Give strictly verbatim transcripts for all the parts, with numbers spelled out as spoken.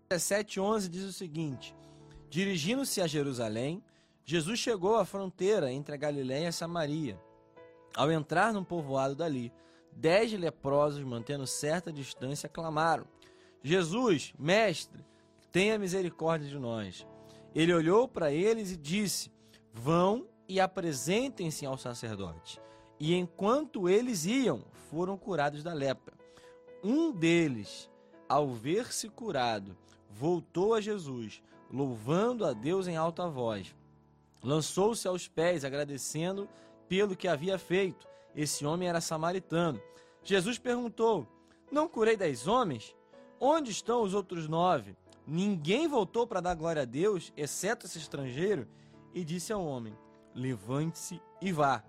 dezessete, onze diz o seguinte: dirigindo-se a Jerusalém, Jesus chegou à fronteira entre a Galiléia e a Samaria. Ao entrar num povoado dali, dez leprosos, mantendo certa distância, clamaram: Jesus, mestre, tenha misericórdia de nós. Ele olhou para eles e disse: vão e apresentem-se ao sacerdote. E enquanto eles iam, foram curados da lepra. Um deles, ao ver-se curado, voltou a Jesus, louvando a Deus em alta voz. Lançou-se aos pés, agradecendo pelo que havia feito. Esse homem era samaritano. Jesus perguntou: não curei dez homens? Onde estão os outros nove? Ninguém voltou para dar glória a Deus, exceto esse estrangeiro? E disse ao homem: levante-se e vá.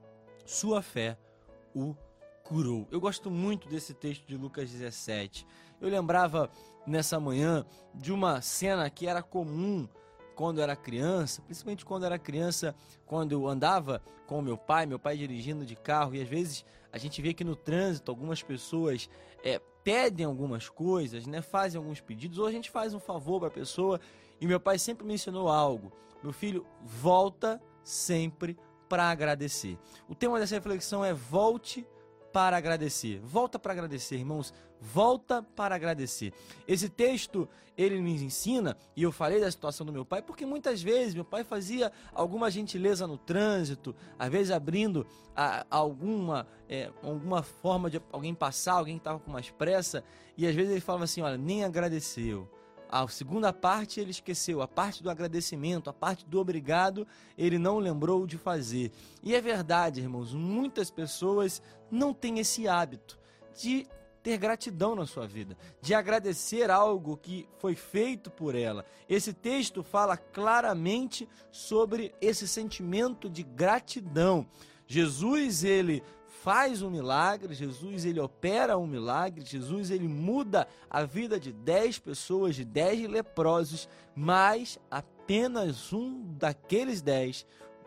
Sua fé o curou. Eu gosto muito desse texto de Lucas dezessete. Eu lembrava nessa manhã de uma cena que era comum quando eu era criança, principalmente quando eu era criança, quando eu andava com o meu pai, meu pai dirigindo de carro, e às vezes a gente vê que no trânsito algumas pessoas é, pedem algumas coisas, né, fazem alguns pedidos, ou a gente faz um favor para a pessoa, e meu pai sempre me ensinou algo: meu filho, volta sempre para agradecer. O tema dessa reflexão é: volte para agradecer. Volta para agradecer, irmãos. Volta para agradecer. Esse texto, ele nos ensina, e eu falei da situação do meu pai, porque muitas vezes meu pai fazia alguma gentileza no trânsito, às vezes abrindo a, a alguma, é, alguma forma de alguém passar, alguém que estava com mais pressa, e às vezes ele falava assim: olha, nem agradeceu. A segunda parte ele esqueceu, a parte do agradecimento, a parte do obrigado, ele não lembrou de fazer. E é verdade, irmãos, muitas pessoas não têm esse hábito de ter gratidão na sua vida, de agradecer algo que foi feito por ela. Esse texto fala claramente sobre esse sentimento de gratidão. Jesus, ele faz um milagre, Jesus ele opera um milagre, Jesus ele muda a vida de dez pessoas, de dez leprosos, mas apenas um daqueles dez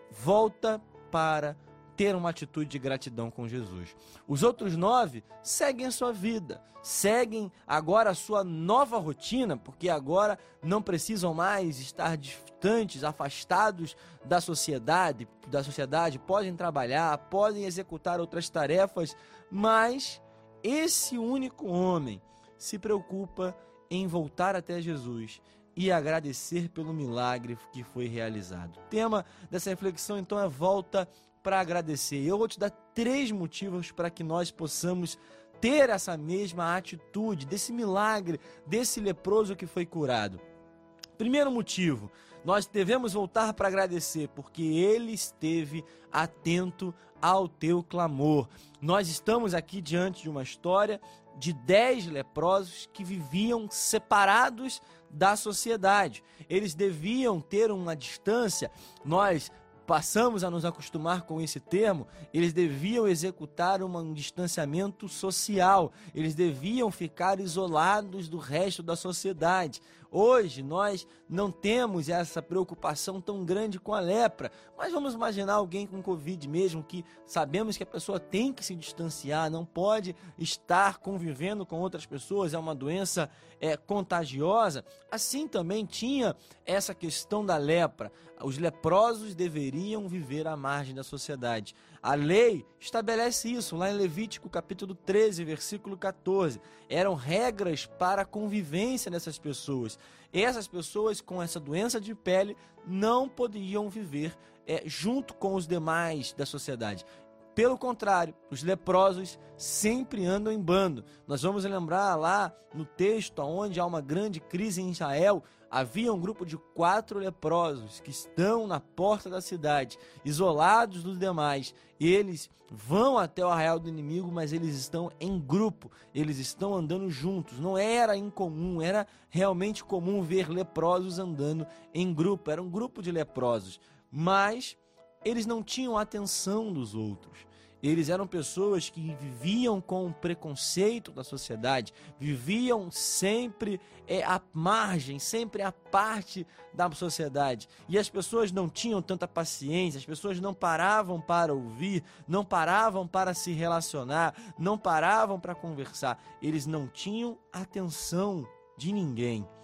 volta para ter uma atitude de gratidão com Jesus. Os outros nove seguem a sua vida, seguem agora a sua nova rotina, porque agora não precisam mais estar distantes, afastados da sociedade, da sociedade, podem trabalhar, podem executar outras tarefas, mas esse único homem se preocupa em voltar até Jesus e agradecer pelo milagre que foi realizado. O tema dessa reflexão então é: volta para agradecer. Eu vou te dar três motivos para que nós possamos ter essa mesma atitude, desse milagre, desse leproso que foi curado. Primeiro motivo: nós devemos voltar para agradecer, porque ele esteve atento ao teu clamor. Nós estamos aqui diante de uma história de dez leprosos que viviam separados da sociedade. Eles deviam ter uma distância. Nós passamos a nos acostumar com esse termo. Eles deviam executar um distanciamento social, eles deviam ficar isolados do resto da sociedade. Hoje nós não temos essa preocupação tão grande com a lepra, mas vamos imaginar alguém com Covid mesmo, que sabemos que a pessoa tem que se distanciar, não pode estar convivendo com outras pessoas, é uma doença é, contagiosa. Assim também tinha essa questão da lepra. Os leprosos deveriam viver à margem da sociedade. A lei estabelece isso, lá em Levítico capítulo treze, versículo quatorze. Eram regras para a convivência dessas pessoas. Essas pessoas com essa doença de pele não podiam viver é, junto com os demais da sociedade. Pelo contrário, os leprosos sempre andam em bando. Nós vamos lembrar lá no texto onde há uma grande crise em Israel. Havia um grupo de quatro leprosos que estão na porta da cidade, isolados dos demais. Eles vão até o arraial do inimigo, mas eles estão em grupo, eles estão andando juntos. Não era incomum, era realmente comum ver leprosos andando em grupo. Era um grupo de leprosos, mas eles não tinham a atenção dos outros. Eles eram pessoas que viviam com o preconceito da sociedade, viviam sempre é, à margem, sempre à parte da sociedade. E as pessoas não tinham tanta paciência, as pessoas não paravam para ouvir, não paravam para se relacionar, não paravam para conversar. Eles não tinham atenção de ninguém.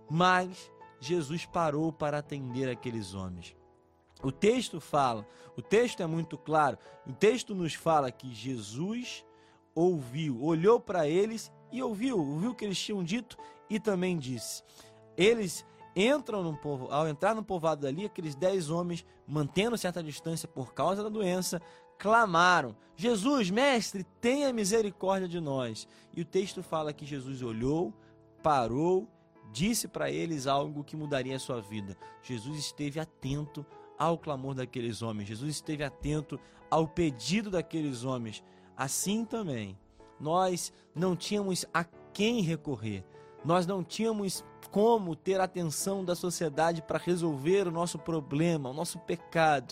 mas Jesus parou para atender aqueles homens. O texto fala, o texto é muito claro, o texto nos fala que Jesus ouviu, olhou para eles e ouviu, ouviu o que eles tinham dito e também disse. Eles entram no povo, ao entrar no povoado dali, aqueles dez homens, mantendo certa distância por causa da doença, clamaram: Jesus, mestre, tenha misericórdia de nós. E o texto fala que Jesus olhou, parou, disse para eles algo que mudaria a sua vida. Jesus esteve atento ao clamor daqueles homens. Jesus esteve atento ao pedido daqueles homens. Assim também, nós não tínhamos a quem recorrer. Nós não tínhamos como ter a atenção da sociedade para resolver o nosso problema, o nosso pecado.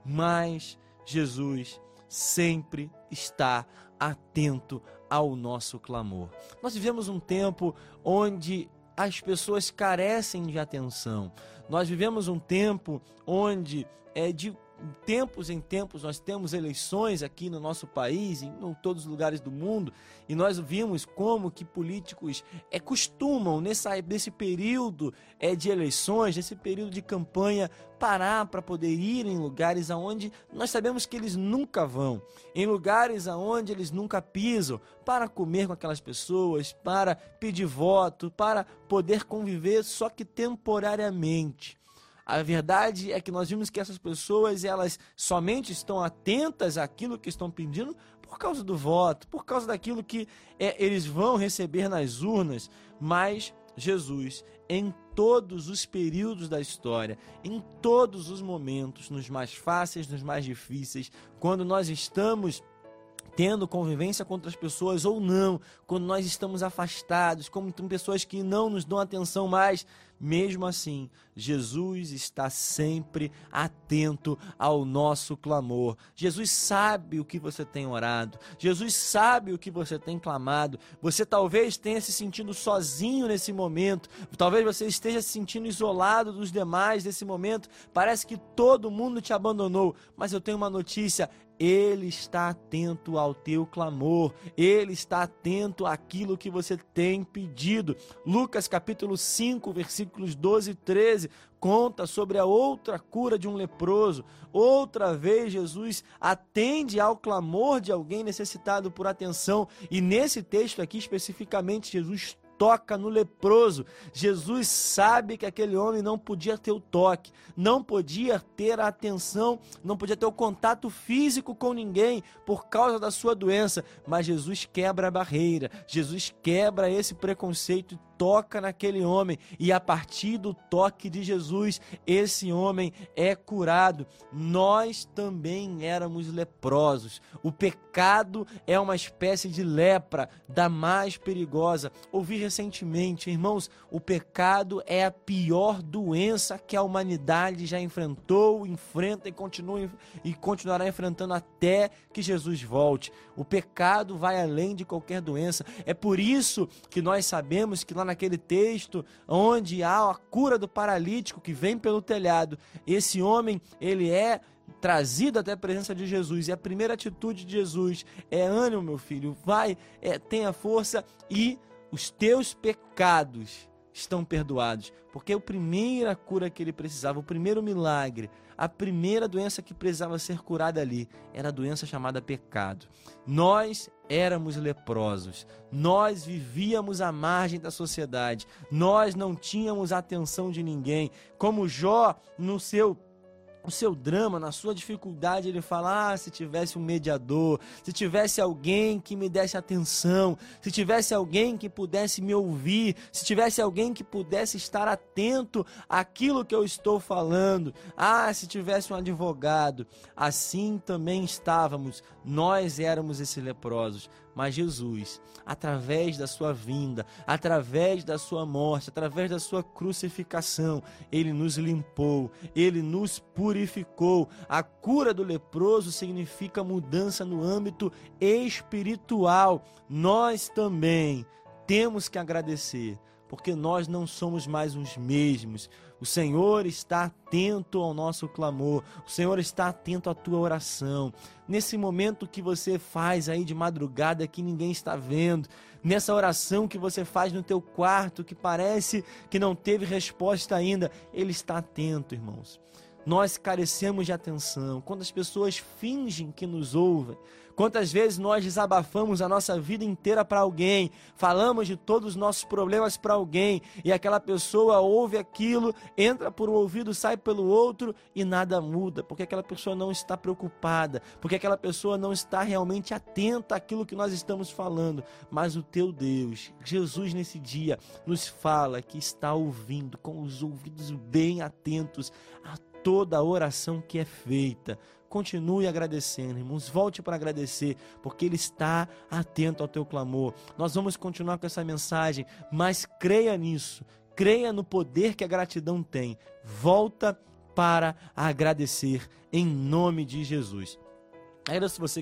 Mas Jesus sempre está atento ao nosso clamor. Nós vivemos um tempo onde as pessoas carecem de atenção. Nós vivemos um tempo onde, é, de tempos em tempos, nós temos eleições aqui no nosso país, em, em todos os lugares do mundo, e nós vimos como que políticos é, costumam, nessa, nesse período é, de eleições, nesse período de campanha, parar para poder ir em lugares aonde nós sabemos que eles nunca vão, em lugares aonde eles nunca pisam, para comer com aquelas pessoas, para pedir voto, para poder conviver, só que temporariamente. A verdade é que nós vimos que essas pessoas, elas somente estão atentas àquilo que estão pedindo por causa do voto, por causa daquilo que é, eles vão receber nas urnas. Mas Jesus, em todos os períodos da história, em todos os momentos, nos mais fáceis, nos mais difíceis, quando nós estamos tendo convivência com outras pessoas ou não, quando nós estamos afastados, como tem pessoas que não nos dão atenção mais, mesmo assim, Jesus está sempre atento ao nosso clamor. Jesus sabe o que você tem orado, Jesus sabe o que você tem clamado. Você talvez tenha se sentido sozinho nesse momento, talvez você esteja se sentindo isolado dos demais nesse momento, parece que todo mundo te abandonou, mas eu tenho uma notícia: Ele está atento ao teu clamor, Ele está atento àquilo que você tem pedido. Lucas capítulo cinco, versículos doze e treze, conta sobre a outra cura de um leproso. Outra vez Jesus atende ao clamor de alguém necessitado por atenção, e nesse texto aqui especificamente Jesus toca no leproso. Jesus sabe que aquele homem não podia ter o toque, não podia ter a atenção, não podia ter o contato físico com ninguém por causa da sua doença, mas Jesus quebra a barreira, Jesus quebra esse preconceito e toca naquele homem, e a partir do toque de Jesus, esse homem é curado. Nós também éramos leprosos. O pecado é uma espécie de lepra, da mais perigosa. Ouvi recentemente, irmãos, o pecado é a pior doença que a humanidade já enfrentou, enfrenta e continua e continuará enfrentando até que Jesus volte. O pecado vai além de qualquer doença. É por isso que nós sabemos que lá naquele texto onde há a cura do paralítico que vem pelo telhado, esse homem, ele é trazido até a presença de Jesus, e a primeira atitude de Jesus é: ânimo, meu filho, vai, é, tenha força, e os teus pecados estão perdoados. Porque a primeira cura que ele precisava, o primeiro milagre, a primeira doença que precisava ser curada ali, era a doença chamada pecado. Nós éramos leprosos, nós vivíamos à margem da sociedade, nós não tínhamos a atenção de ninguém. Como Jó, no seu o seu drama, na sua dificuldade, ele fala: ah, se tivesse um mediador, se tivesse alguém que me desse atenção, se tivesse alguém que pudesse me ouvir, se tivesse alguém que pudesse estar atento àquilo que eu estou falando, ah, se tivesse um advogado. Assim também estávamos, nós éramos esses leprosos. Mas Jesus, através da sua vinda, através da sua morte, através da sua crucificação, Ele nos limpou, Ele nos purificou. A cura do leproso significa mudança no âmbito espiritual. Nós também temos que agradecer, porque nós não somos mais os mesmos. O Senhor está atento ao nosso clamor, o Senhor está atento à tua oração. Nesse momento que você faz aí de madrugada que ninguém está vendo, nessa oração que você faz no teu quarto que parece que não teve resposta ainda, Ele está atento, irmãos. Nós carecemos de atenção. Quando as pessoas fingem que nos ouvem, quantas vezes nós desabafamos a nossa vida inteira para alguém, falamos de todos os nossos problemas para alguém, e aquela pessoa ouve aquilo, entra por um ouvido, sai pelo outro e nada muda, porque aquela pessoa não está preocupada, porque aquela pessoa não está realmente atenta àquilo que nós estamos falando. Mas o teu Deus, Jesus, nesse dia, nos fala que está ouvindo, com os ouvidos bem atentos a toda a oração que é feita. Continue agradecendo, irmãos, volte para agradecer, porque Ele está atento ao teu clamor. Nós vamos continuar com essa mensagem, mas creia nisso, creia no poder que a gratidão tem. Volta para agradecer em nome de Jesus. Ainda se você